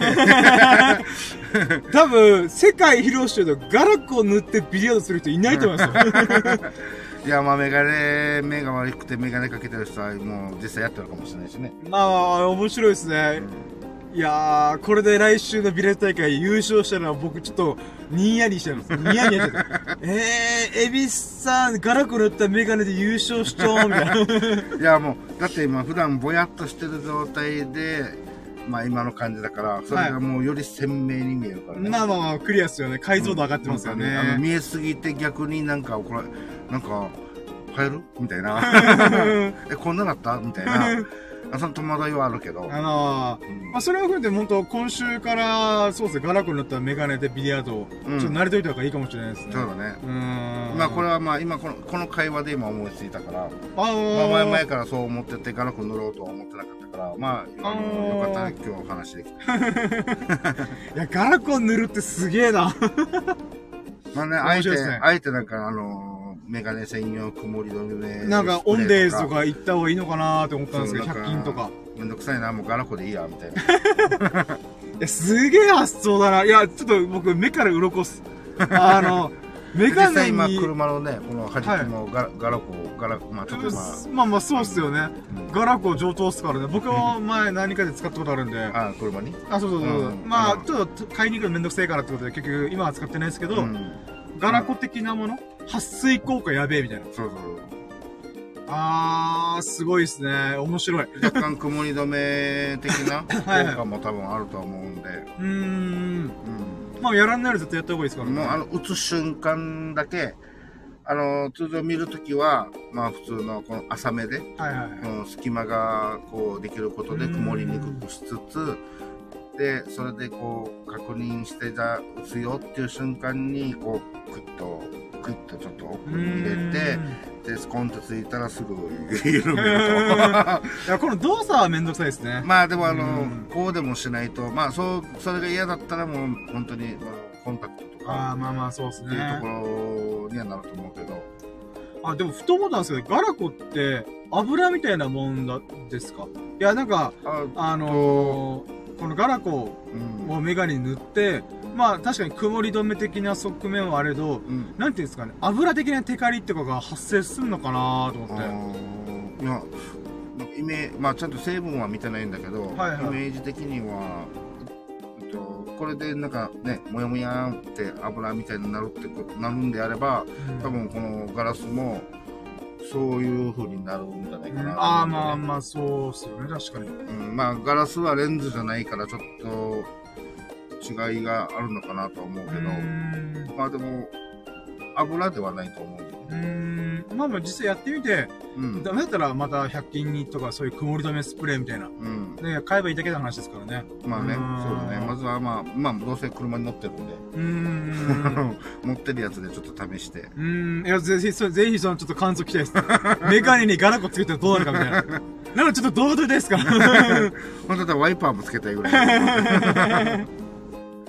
多分世界広しでガラコ塗ってビリヤードする人いないと思いますよいやまあメガネ目が悪くてメガネかけてる人はもう実際やってるかもしれないしね。 まあ面白いですね、うん、いやーこれで来週のビレッジ大会優勝したら僕ちょっとニヤニしちゃいます。ニヤニヤしちゃう。えー、エビスさん、ガラコ塗ったメガネで優勝しちゃおうみたいな。 いやもう、だって今普段ぼやっとしてる状態で、まあ今の感じだから、それがもうより鮮明に見えるからね。 まあまあまあ、クリアっすよね。解像度上がってますよね。うん、 あの見えすぎて逆になんか、これ、なんか、入るみたいな。え、こんなだったみたいな。その戸惑いはあるけど。 あのー、うん、まあそれを含めて本当今週から、そうですね、ガラコになったメガネでビリヤードを、ちょっと慣れといた方がいいかもしれないですね。 そうだね。うん。まあこれはまあ今この、この会話で今思いついたから、あまあ前々からそう思っててガラコ塗ろうとは思ってなかったから、まあ、あの、よかったね、今日話できた。 いや、ガラコ塗るってすげえな。 まあね、あえて、あえてなんかあの、メガネ専用曇り止めなんかオンデーズとか行った方がいいのかなーって思ったんですけど、ひゃく均とかめんどくさいな、もうガラコでいいやみたいな。いやすげえ発想だな。いやちょっと僕目から鱗っす。あのメガネに今車のねこの端っこのガラ、はい、ガラコガラまあちょっとまあまあまあそうっすよね、うん、ガラコ上等っすからね。僕は前何かで使ったことあるんであ車にあそうそうそう、うん、まあ、うん、ちょっと買いに行くのめんどくせえからってことで結局今は使ってないですけど、うん、ガラコ的なもの撥水効果やべえみたいな。 そうそう。 あー、すごいですね。面白い。 若干曇り止め的な効果も多分あると思うんで。うーん。うん。まあ、やらんなら絶対やった方がいいですからね。 もう、あの、打つ瞬間だけ、あの、通常見るときは、まあ、普通のこの浅めで、はいはい。この隙間がこうできることで曇りにくくしつつ、で、それでこう、確認して、じゃあ、打つよっていう瞬間に、こう、クッと、クッとちょっと奥に入れて、で、スコンとついたらすぐ緩めると。 いや、この動作はめんどくさいですね。 まあでもあの、こうでもしないと、まあそう、それが嫌だったらもう、本当に、コンタクトとか。 ああ、まあまあそうですね。 っていうところにはなると思うけど。 あ、でも、ふと思ったんですけど、ガラコって、油みたいなもんだ、ですか？いや、なんか、あ、あのー、このガラコをメガネに塗って、うん、まあ確かに曇り止め的な側面はあれど、うん、なんていうんですかね、油的なテカリとかが発生するのかなと思って。 いや、イメージ、まあちゃんと成分は見てないんだけど、はいはい、イメージ的には、えっと、これでなんかね、もやもやって油みたいになるってなるんであれば、うん、多分このガラスも、そういう風になるんじゃないかな、ね。 ああ、まあまあ、そうっすよね、確かに。 うん、まあ、ガラスはレンズじゃないから、ちょっと違いがあるのかなと思うけど、まあでも、油ではないと思う。 うーん、まあまあ実際やってみて、うん、ダメだったらまたひゃく均にとかそういう曇り止めスプレーみたいな。うん。で、買えばいいだけの話ですからね。 まあね、そうだね。まずはまあ、まあ、どうせ車に乗ってるんで。うーん。持ってるやつでちょっと試して。 うーん。いや、ぜひ、そぜひそのちょっと感想期待です。メガネにガラコつけたらどうなるかみたいな。なのでちょっと動画撮りたいですから。 本当だったらワイパーもつけたいぐらい。 い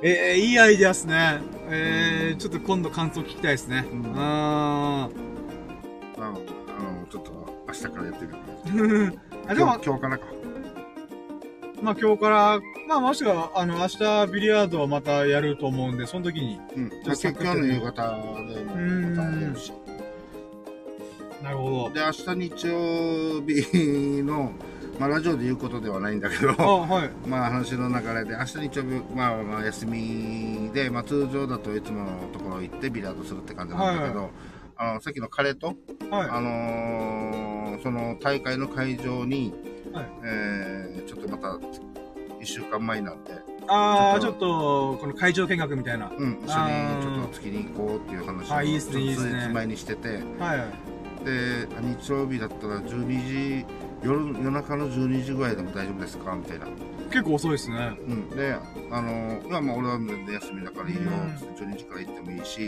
えー、いいアイデアっすね。えー、ちょっと今度感想聞きたいですね。うん。あー。あの、ちょっと明日からやってみる。あ、でも、今日からか。 まあ今日から、まあもしくは、あの、明日ビリヤードをまたやると思うんで、その時に。 うん。じゃあ、今日の夕方でもまたやるし。 なるほど。 で、明日日曜日の、まあラジオで言うことではないんだけど、あ、はい、まあ話の流れで、明日日曜日、まあまあ休みで、まあ通常だといつものところ行ってビリヤードするって感じなんだけど、はいはい、あの、さっきの彼と、はい、あのー、その大会の会場に、はい、えー、ちょっとまたいっしゅうかんまえになって、 ああ、ちょっと、この会場見学みたいな。 うん、一緒にちょっと月に行こうっていう話を、 あ、いいですね、いいですね。 前にしてて、 はいはい。 で、日曜日だったらじゅうにじ、夜、夜中のじゅうにじぐらいでも大丈夫ですかみたいな。 結構遅いですね。 うん。で、あの、まあまあ俺は休みだからいいよ、つってじゅうにじから行ってもいいし、つって。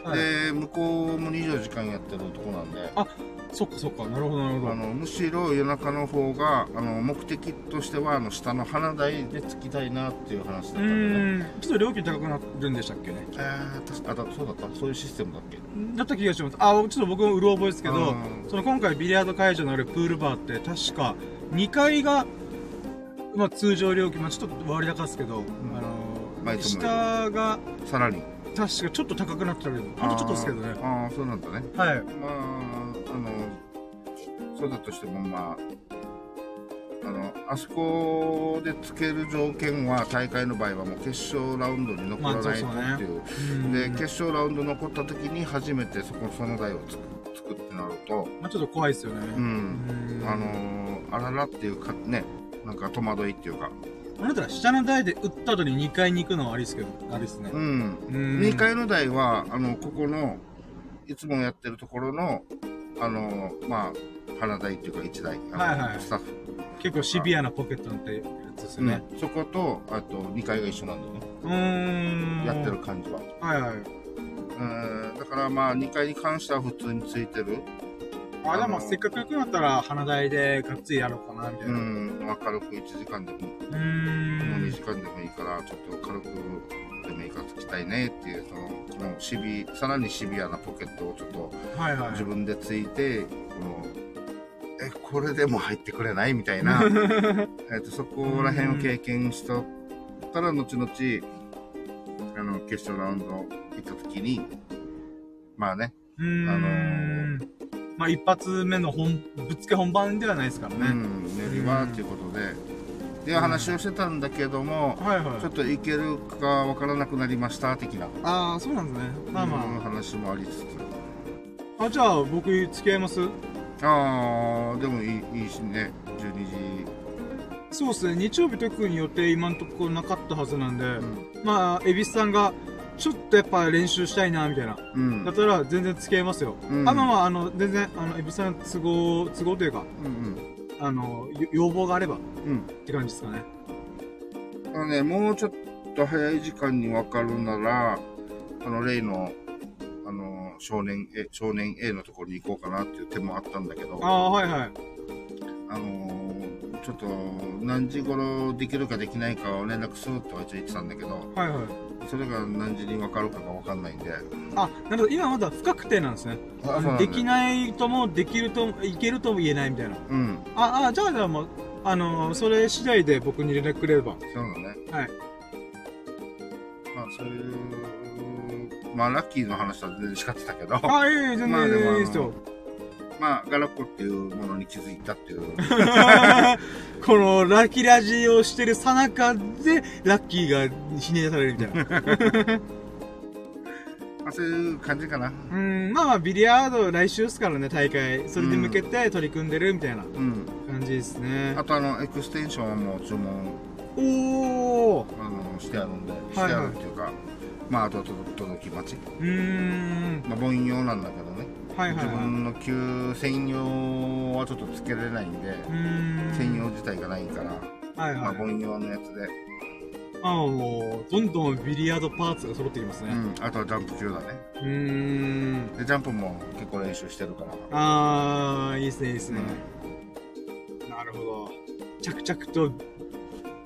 はい、で、向こうもにじゅうよじかんやってるとこなんで。 あ、そっかそっか、なるほどなるほど。 あの、むしろ夜中の方が、あの、目的としては、あの、下の花台で着きたいなっていう話だったんで、ね。 うん。ちょっと料金高くなるんでしたっけね。 えー、確か、あ、だそうだったそういうシステムだっけだった気がします。あ、ちょっと僕もうる覚えですけど、その今回ビリヤード会場のあるプールバーって確かにかいが、まあ通常料金、まあちょっと割高ですけど、うん、あのー、下が、 さらに。 確かちょっと高くなってたけど、ほんとちょっとですけどね。 ああ、そうなんだね。 はい。 まあ、あの、そうだとしても、まあ、あの、あそこでつける条件は、大会の場合はもう決勝ラウンドに残らないとっていう。まあそうそうね、で、決勝ラウンド残った時に初めてそこ、その台をつく、つくってなると。 まあちょっと怖いですよね。 うん。あの、あららっていうか、ね、なんか戸惑いっていうか。 あなたら下の台で打った後ににかいに行くのはありですけど、あれですね。 うん。うん、にかいの台は、あの、ここの、いつもやってるところの、あの、まあ、花台っていうかいちだい、 はいはい、 スタッフ。 結構シビアなポケットってやつですよね。 うん、そこと、あとにかいが一緒なんだよね。 うーん。 やってる感じは。 はいはい。 うん、だからまあ、にかいに関しては普通についてる。 あ、でもせっかく行くんだったら、花台でがっつりやろうかな、みたいな。 うん、まあ、軽くいちじかんでも、 うーん。 もうにじかんでもいいから、ちょっと軽くでもいいからつきたいねっていう、その、このシビ、さらにシビアなポケットをちょっと、はいはい、自分でついて、この、え、これでも入ってくれないみたいな、えっと、そこら辺を経験しとったら、後々、あの、決勝ラウンド行った時に、まあね、 あのー、まあ一発目の本、ぶっつけ本番ではないですからね。 うん、練りはっていうことで、っていう話をしてたんだけども、はいはい、ちょっといけるかわからなくなりました的な。 ああ、そうなんですね。まあまあ。 話もありつつ。 あ、じゃあ僕付き合います？ ああ、でもいい、いいしね。じゅうにじ。 そうですね。日曜日特に予定今んとこなかったはずなんで、うん、まあ、恵比寿さんが、ちょっとやっぱ練習したいな、みたいな。うん、だったら全然付き合いますよ。うん、あ、まあまあ、あの、全然、あの、恵比寿さんの都合、都合というか、うんうん、あの、要望があれば、うん、って感じですかね。 あのね、もうちょっと早い時間に分かるなら、あの、例の、あの、少年 A、少年 A のところに行こうかなっていう手もあったんだけど。 ああ、はいはい。 あのー、ちょっと、何時頃できるかできないかを連絡するって言ってたんだけど、はいはい。それが何時に分かるかが分かんないんで。 あ、なるほど。今まだ不確定なんですね。あのできないとも、できるとも、いけるとも言えないみたいな。うん。あ、あ、じゃあじゃあもう、あのー、それ次第で僕に連絡くれれば。 そうだね。 はい。 まあ、そういう、まあ、ラッキーの話は全然叱ってたけど。 あ、いえいえ、全然いいですよ。 まあ、ガラッコっていうものに気づいたっていう。 このラッキーラジオをしてるさなかで、ラッキーがひねり出されるみたいな。 まあ、そういう感じかな。 うん、まあまあ、ビリヤード来週ですからね、大会。それに向けて取り組んでるみたいな感じですね。 うん、あと、あの、エクステンションはもう注文。 おーあの、してあるんで、してあるっていうか、はいはい、まあ、あとは届き待ち。うーん。まあ、母音用なんだけどね。はいはいはい、自分の旧専用はちょっとつけられないんで、ん専用自体がないから、はいはい、まあ母音用のやつで。 ああ、もう、どんどんビリヤードパーツが揃ってきますね。うん、 あとはジャンプ級だね。うーん。で、ジャンプも結構練習してるから。 ああ、いいですね、いいですね。うん、なるほど。着々と、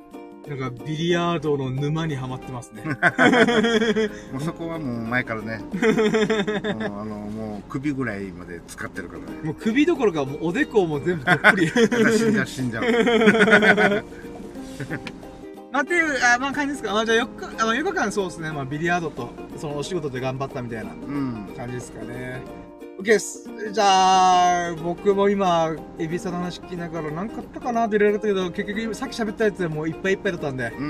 なんか、ビリヤードの沼にはまってますね。 もうそこはもう前からね。もうあの、もう首ぐらいまで使ってるからね。 もう首どころか、もうおでこも全部どっぷり。 死んじゃう、死んじゃう。 まあ、っていう、あ、まあ、感じですか。まあ、じゃあよっか、あの、よっかかんそうですね。まあ、ビリヤードと、そのお仕事で頑張ったみたいな感じですかね。OK です。じゃあ、僕も今、エビさんの話聞きながら、なんかあったかなって言われたけど、結局さっき喋ったやつでもういっぱいいっぱいだったんで。 うん。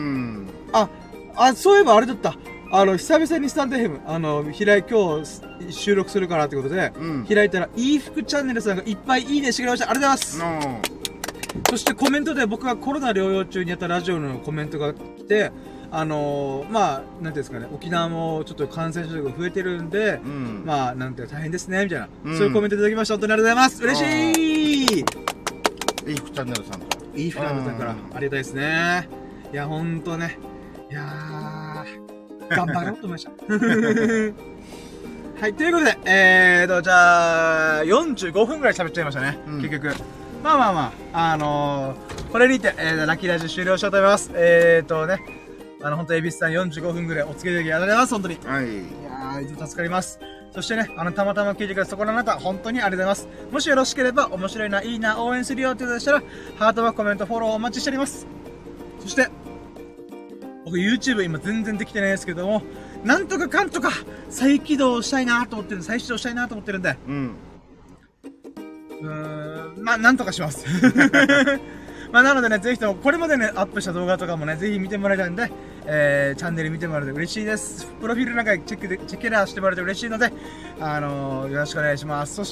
あ、あ、そういえばあれだった。あの、久々にスタンド エフエム、あの、開い、今日収録するからってことで、うん、開いたら、いい服チャンネルさんがいっぱいいいねしてくれました。ありがとうございます。No. そしてコメントで僕がコロナ療養中にやったラジオのコメントが来て、あのー、まあ、なんていうんですかね、沖縄もちょっと感染者が増えてるんで、うん、まあ、なんていう大変ですね、みたいな、うん、そういうコメントいただきました。本当にありがとうございます。嬉しい。 いい服チャンネルさんから。 いい服チャンネルさんから。ありがたいですね。いや、ほんとね。いやー、頑張ろうと思いました。はい、ということで、えーと、じゃあ、よんじゅうごふんくらい喋っちゃいましたね、うん、結局。まあまあまあ、あのー、これにて、えー、ラッキーラジオ終了しようと思います。えーとね、あの、本当エビスさんよんじゅうごふんぐらいお付き合いいただきありがとうございます、本当に。 はい。 いやー、いつも助かります。そしてね、あの、たまたま聞いてくれたそこのあなた、本当にありがとうございます。もしよろしければ、面白いな、いいな、応援するよってことでしたら、ハートはコメント、フォローお待ちしております。そして、僕 YouTube 今全然できてないですけども、なんとかかんとか再起動したいなと思ってるんで、再始動したいなと思ってるんで、うん。うーん、まあ、なんとかします。まあ、なのでね、ぜひとも、これまでね、アップした動画とかもね、ぜひ見てもらいたいんで、えー、チャンネル見てもらえると嬉しいです。プロフィールなんかチェックで、チェックラーしてもらえると嬉しいので、あのー、よろしくお願いします。そして、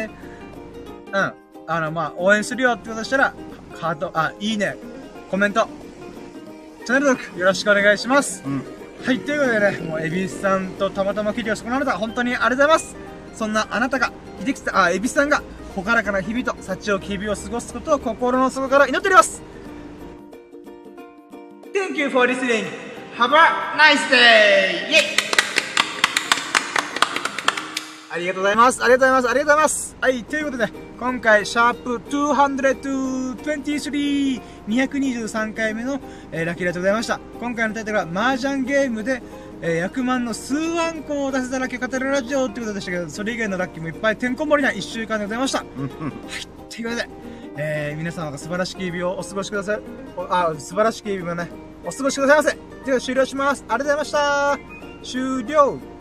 うん、あの、まあ、応援するよってことしたら、ハート、あ、いいね、コメント、チャンネル登録、よろしくお願いします。うん、はい、ということでね、もう、エビスさんとたまたま聞いてるそこのあなた、本当にありがとうございます。そんなあなたが、秀樹さん、あ、エビスさんが、ほからかな日々と幸多き日々を過ごすことを心の底から祈っております。Thank you for listening. Have a nice day! イェイ！ありがとうございます。ありがとうございます。ありがとうございます。はい、ということで、今回、シャープにひゃくにじゅうさん、にひゃくにじゅうさんかいめの、えー、ラッキーラジオでございました。今回のタイトルは、麻雀ゲームで、えー、役満の数万個を出せたラッキーを語るラジオってことでしたけど、それ以外のラッキーもいっぱいてんこ盛りないっしゅうかんでございました。はい、ということで、えー、皆様が素晴らしき日々をお過ごしください。あ、素晴らしき日々をね、お過ごしくださいませ。では終了します。ありがとうございました。終了。